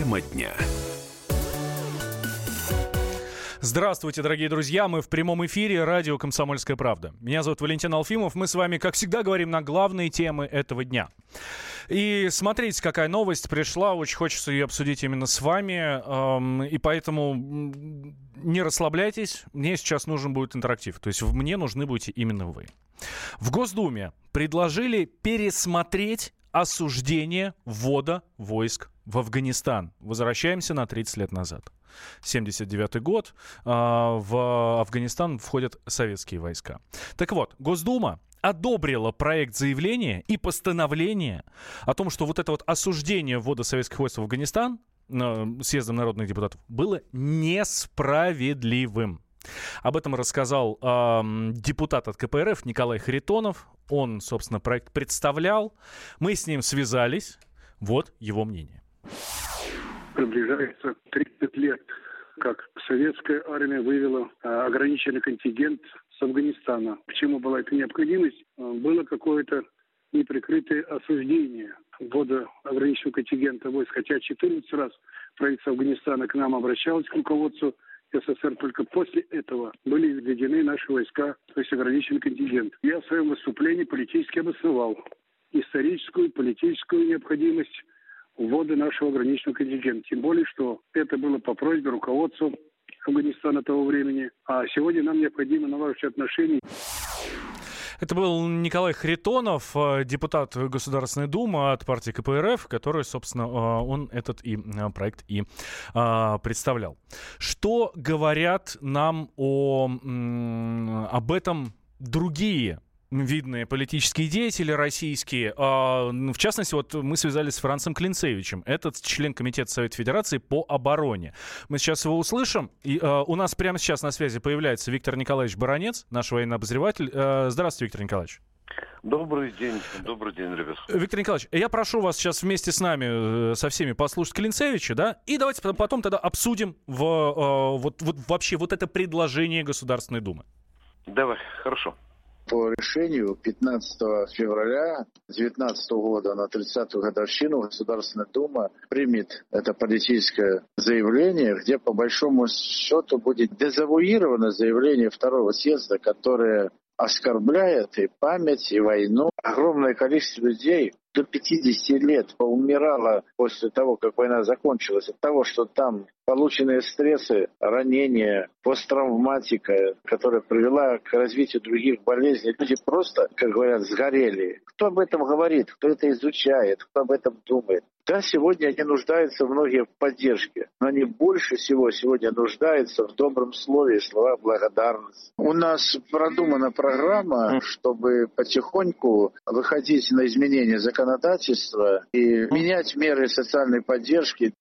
Тема дня. Здравствуйте, дорогие друзья. Мы в прямом эфире радио «Комсомольская правда». Меня зовут Валентин Алфимов. Мы с вами, как всегда, говорим на главные темы этого дня. И смотрите, какая новость пришла. Очень хочется ее обсудить именно с вами. И поэтому не расслабляйтесь. Мне сейчас нужен будет интерактив. То есть мне нужны будете именно вы. В Госдуме предложили пересмотреть осуждение ввода войск в Афганистан. Возвращаемся на 30 лет назад. 79-й год. В Афганистан входят советские войска. Так вот, Госдума одобрила проект заявления и постановление о том, что вот это вот осуждение ввода советских войск в Афганистан съездом народных депутатов было несправедливым. Об этом рассказал депутат от КПРФ Николай Харитонов. Он, собственно, проект представлял. Мы с ним связались. Вот его мнение. Приближается 30 лет, как советская армия вывела ограниченный контингент с Афганистана. К чему была эта необходимость? Было какое-то неприкрытое осуждение ввода ограниченного контингента войск. Хотя 14 раз правительство Афганистана к нам обращалось, к руководству СССР. Только после этого были введены наши войска, то есть ограниченный контингент. Я в своем выступлении политически обосновал историческую, политическую необходимость ввода нашего ограниченного контингента. Тем более, что это было по просьбе руководства Афганистана того времени. А сегодня нам необходимо налаживать отношения. Это был Николай Харитонов, депутат Государственной Думы от партии КПРФ, который, собственно, он этот проект и представлял. Что говорят нам об этом другие видные политические деятели российские? В частности, вот мы связались с Францем Клинцевичем. Этот член Комитета Совета Федерации по обороне. Мы сейчас его услышим. И у нас прямо сейчас на связи появляется Виктор Николаевич Баранец, наш военный обозреватель. Здравствуйте, Виктор Николаевич. Добрый день, ребят. Виктор Николаевич, я прошу вас сейчас вместе с нами, со всеми, послушать Клинцевича, да, и давайте потом тогда обсудим вообще вот это предложение Государственной Думы. Давай, хорошо. По решению 15 февраля 2019 года на 30-ю годовщину Государственная Дума примет это политическое заявление, где по большому счету будет дезавуировано заявление второго съезда, которое оскорбляет и память, и войну. Огромное количество людей до 50 лет поумирало после того, как война закончилась, от того, что там полученные стрессы, ранения, посттравматика, которая привела к развитию других болезней. Люди просто, как говорят, сгорели. Кто об этом говорит, кто это изучает, кто об этом думает? Да, сегодня они нуждаются многие в поддержке, но они больше всего сегодня нуждаются в добром слове и словах благодарности. У нас продумана программа, чтобы потихоньку выходить на изменения законодательства и менять меры социальной поддержки.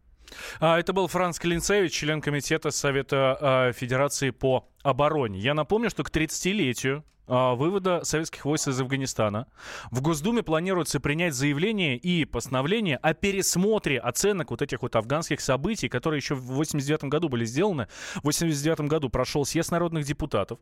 Это был Франц Клинцевич, член Комитета Совета Федерации по обороне. Я напомню, что к 30-летию вывода советских войск из Афганистана в Госдуме планируется принять заявление и постановление о пересмотре оценок вот этих вот афганских событий, которые еще в 89 году были сделаны. В 89 году прошел съезд народных депутатов,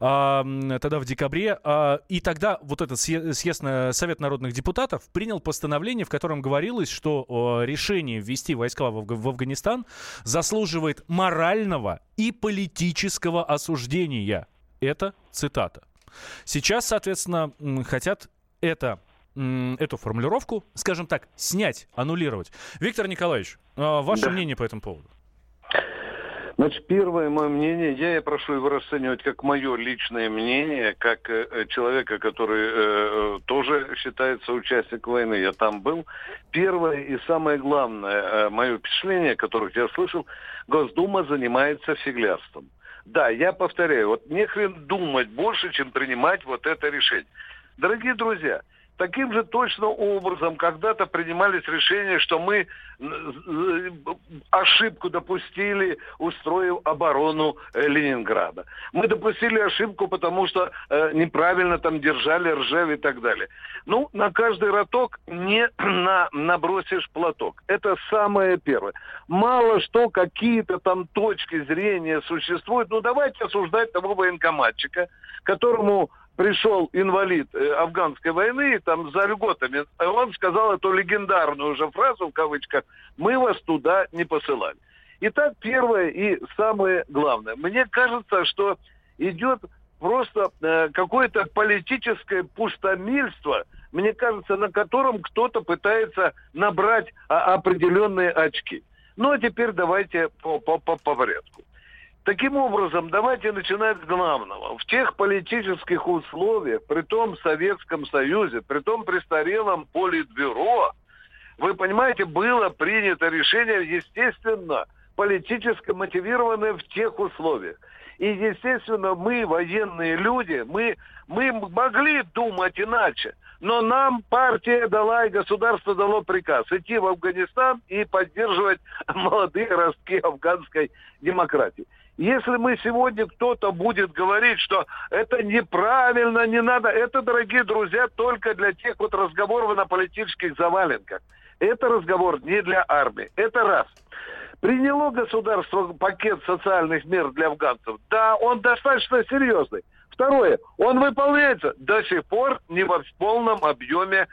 тогда в декабре, и тогда вот этот Совет народных депутатов принял постановление, в котором говорилось, что решение ввести войска в Афганистан заслуживает морального и политического осуждения. Это цитата. Сейчас, соответственно, хотят эту формулировку, скажем так, снять, аннулировать. Виктор Николаевич, ваше мнение по этому поводу? Значит, первое мое мнение, я прошу его расценивать как мое личное мнение, как человека, который тоже считается участником войны, я там был. Первое и самое главное мое впечатление, которое я слышал, Госдума занимается фиглярством. Да, я повторяю, вот не хрен думать больше, чем принимать вот это решение. Дорогие друзья, таким же точно образом когда-то принимались решения, что мы ошибку допустили, устроив оборону Ленинграда. Мы допустили ошибку, потому что неправильно там держали Ржев и так далее. Ну, на каждый роток не набросишь платок. Это самое первое. Мало что, какие-то там точки зрения существуют. Ну, давайте осуждать того военкоматчика, которому пришел инвалид афганской войны, там, за льготами, он сказал эту легендарную уже фразу, в кавычках, мы вас туда не посылали. Итак, первое и самое главное. Мне кажется, что идет просто какое-то политическое пустомельство, мне кажется, на котором кто-то пытается набрать определенные очки. Ну, а теперь давайте по порядку. Таким образом, давайте начинать с главного. В тех политических условиях, при том Советском Союзе, при том престарелом Политбюро, вы понимаете, было принято решение, естественно, политически мотивированное в тех условиях. И, естественно, мы, военные люди, мы могли думать иначе. Но нам партия дала и государство дало приказ идти в Афганистан и поддерживать молодые ростки афганской демократии. Если мы сегодня кто-то будет говорить, что это неправильно, не надо, это, дорогие друзья, только для тех вот разговоров на политических заваленках. Это разговор не для армии. Это раз. Приняло государство пакет социальных мер для афганцев? Да, он достаточно серьезный. Второе, он выполняется? До сих пор не в полном объеме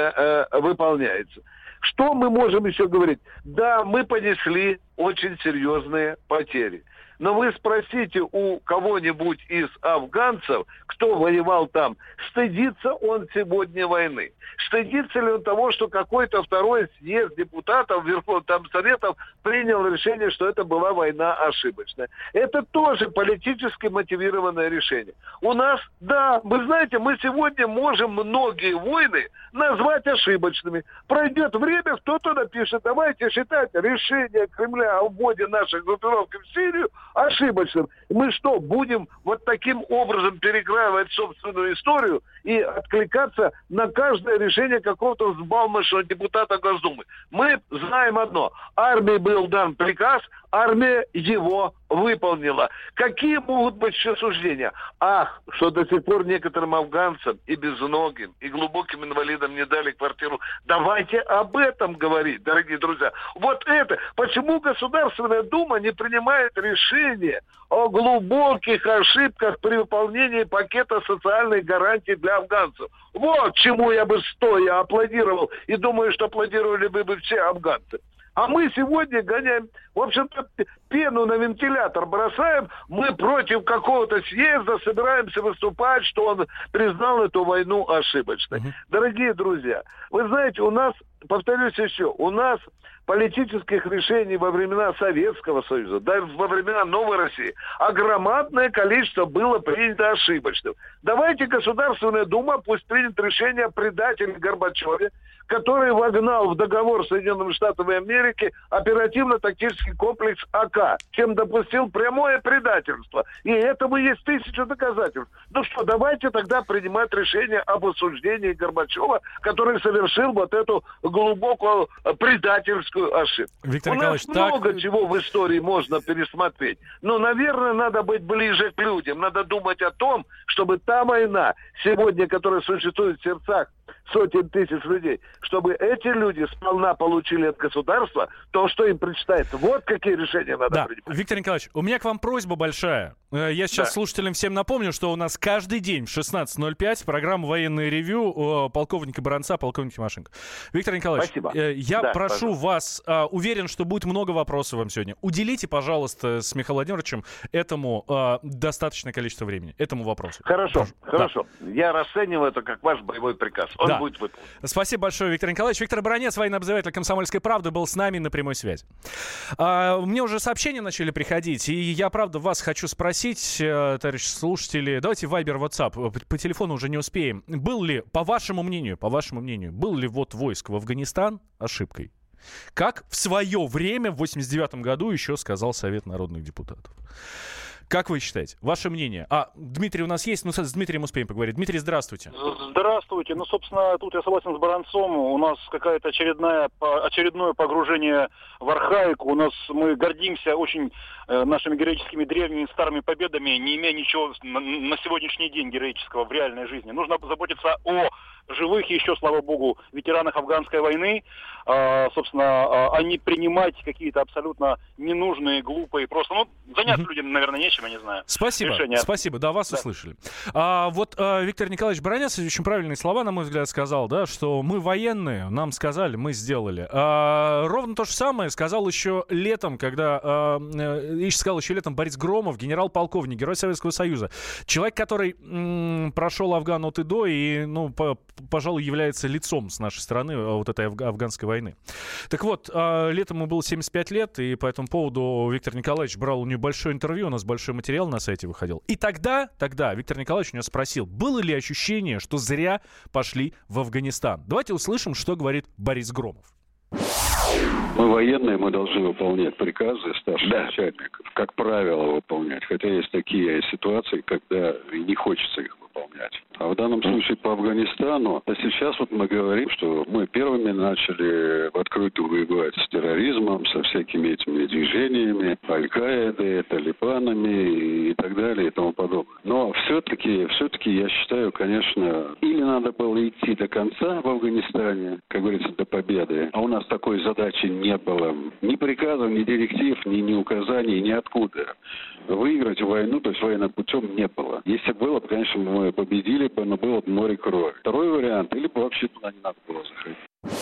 выполняется. Что мы можем еще говорить? Да, мы понесли очень серьезные потери. Но вы спросите у кого-нибудь из афганцев, кто воевал там, стыдится он сегодня войны? Стыдится ли он того, что какой-то второй съезд депутатов Верховного там Советов принял решение, что это была война ошибочная? Это тоже политически мотивированное решение. У нас, да, вы знаете, мы сегодня можем многие войны назвать ошибочными. Пройдет время, кто-то напишет, давайте считать решение Кремля о вводе наших группировок в Сирию ошибочным. Мы что, будем вот таким образом переигрывать собственную историю и откликаться на каждое решение какого-то взбалмошного депутата Госдумы? Мы знаем одно. Армии был дан приказ, армия его выполнила. Какие могут быть еще суждения? Ах, что до сих пор некоторым афганцам и безногим, и глубоким инвалидам не дали квартиру. Давайте об этом говорить, дорогие друзья. Вот это. Почему Государственная Дума не принимает решение о глубоких ошибках при выполнении пакета социальных гарантий для афганцев? Вот чему я бы стоя аплодировал. И думаю, что аплодировали бы все афганцы. А мы сегодня гоняем, в общем-то, пену на вентилятор бросаем. Мы против какого-то съезда собираемся выступать, что он признал эту войну ошибочной. Дорогие друзья, вы знаете, у нас, повторюсь еще, у нас политических решений во времена Советского Союза, даже во времена Новой России, громадное количество было принято ошибочным. Давайте Государственная Дума пусть примет решение о предателе Горбачеве, который вогнал в договор с Соединенными Штатами Америки оперативно-тактический комплекс АК, чем допустил прямое предательство. И этому есть 1000 доказательств. Ну что, давайте тогда принимать решение об осуждении Горбачева, который совершил вот эту глубокую предательскую ошибку. Виктор У Николаевич, нас много чего в истории можно пересмотреть. Но, наверное, надо быть ближе к людям. Надо думать о том, чтобы та война сегодня, которая существует в сердцах сотен тысяч людей, чтобы эти люди сполна получили от государства то, что им предстоит. Вот какие решения надо принимать. Виктор Николаевич, у меня к вам просьба большая. Я сейчас слушателям всем напомню, что у нас каждый день в 16:05 программа «Военное ревью» полковника Баранца, полковника Тимошенко. Виктор Николаевич, я прошу вас, уверен, что будет много вопросов вам сегодня. Уделите, пожалуйста, с Михаилом Владимировичем этому достаточное количество времени, этому вопросу. Хорошо. Я расцениваю это как ваш боевой приказ. Он будет выполнен. Спасибо большое, Виктор Николаевич. Виктор Баранец, военный обозреватель «Комсомольской правды», был с нами на прямой связи. Мне уже сообщения начали приходить, и я, правда, вас хочу спросить, товарищи слушатели, давайте Viber, WhatsApp, по телефону уже не успеем. Был ли, по вашему мнению, был ли ввод войск в Афганистан ошибкой? Как в свое время, в 1989 году, еще сказал Совет народных депутатов. Как вы считаете? Ваше мнение? Дмитрий у нас есть, но с Дмитрием успеем поговорить. Дмитрий, здравствуйте. Здравствуйте. Собственно, тут я согласен с Баранцом. У нас какое-то очередное погружение в архаику. Мы гордимся очень нашими героическими древними старыми победами, не имея ничего на сегодняшний день героического в реальной жизни. Нужно заботиться о живых еще, слава богу, ветеранах афганской войны, собственно, а не принимать какие-то абсолютно ненужные, глупые, просто, заняться людям, наверное, нечем, я не знаю. Спасибо, решения. Спасибо, да, вас услышали. Виктор Николаевич Баранец очень правильные слова, на мой взгляд, сказал, да, что мы военные, нам сказали, мы сделали. Ровно то же самое сказал еще летом, Борис Громов, генерал-полковник, герой Советского Союза. Человек, который прошел Афган от и до и, пожалуй, является лицом с нашей стороны вот этой афганской войны. Так вот, летом ему было 75 лет, и по этому поводу Виктор Николаевич брал у него большое интервью, у нас большой материал на сайте выходил. И тогда Виктор Николаевич у него спросил, было ли ощущение, что зря пошли в Афганистан. Давайте услышим, что говорит Борис Громов. Мы военные, мы должны выполнять приказы старших начальников, как правило, выполнять. Хотя есть такие ситуации, когда не хочется их выполнять. А в данном случае по Афганистану, сейчас мы говорим, что мы первыми начали в открытую воевать с терроризмом, со всякими этими движениями, Аль-Каидой, талибанами и так далее и тому подобное. Но все-таки я считаю, конечно, или надо было идти до конца в Афганистане, как говорится, до победы. А у нас такой задачи не было. Ни приказов, ни директив, ни указаний, ни откуда. Выиграть войну, то есть военным путем, не было. Если было, конечно, мы победили бы, но было бы море крови. Второй вариант, или бы вообще туда не надо было заходить.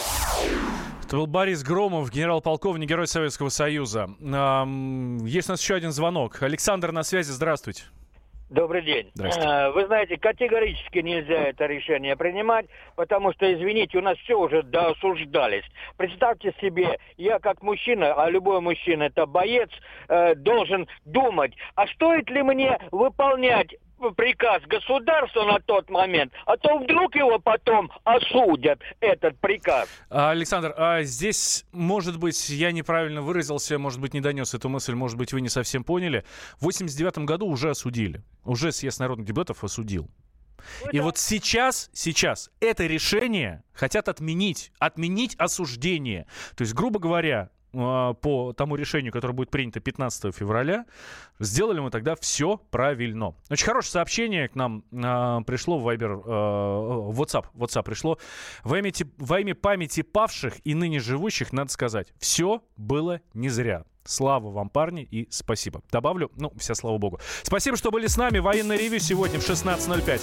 Это был Борис Громов, генерал-полковник, герой Советского Союза. Есть у нас еще один звонок. Александр на связи, здравствуйте. Добрый день. Вы знаете, категорически нельзя это решение принимать, потому что, извините, у нас все уже доосуждались. Представьте себе, я как мужчина, а любой мужчина это боец, должен думать, а стоит ли мне выполнять приказ государства на тот момент, а то вдруг его потом осудят, этот приказ. Александр, здесь, может быть, я неправильно выразился, может быть, не донес эту мысль, может быть, вы не совсем поняли. В 1989 году уже осудили. Уже съезд народных депутатов осудил. И вот сейчас это решение хотят отменить осуждение. То есть, грубо говоря, по тому решению, которое будет принято 15 февраля, сделали мы тогда все правильно. Очень хорошее сообщение к нам пришло в Viber, в WhatsApp пришло. Во имя памяти павших и ныне живущих, надо сказать, все было не зря. Слава вам, парни, и спасибо. Добавлю, вся слава богу. Спасибо, что были с нами. Военное ревью сегодня в 16:05.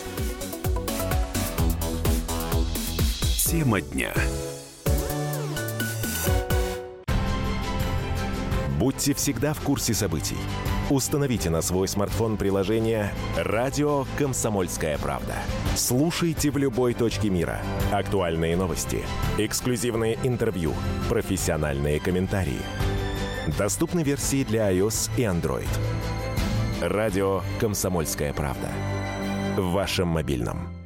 Тема дня. Будьте всегда в курсе событий. Установите на свой смартфон приложение «Радио Комсомольская правда». Слушайте в любой точке мира. Актуальные новости, эксклюзивные интервью, профессиональные комментарии. Доступны версии для iOS и Android. «Радио Комсомольская правда». В вашем мобильном.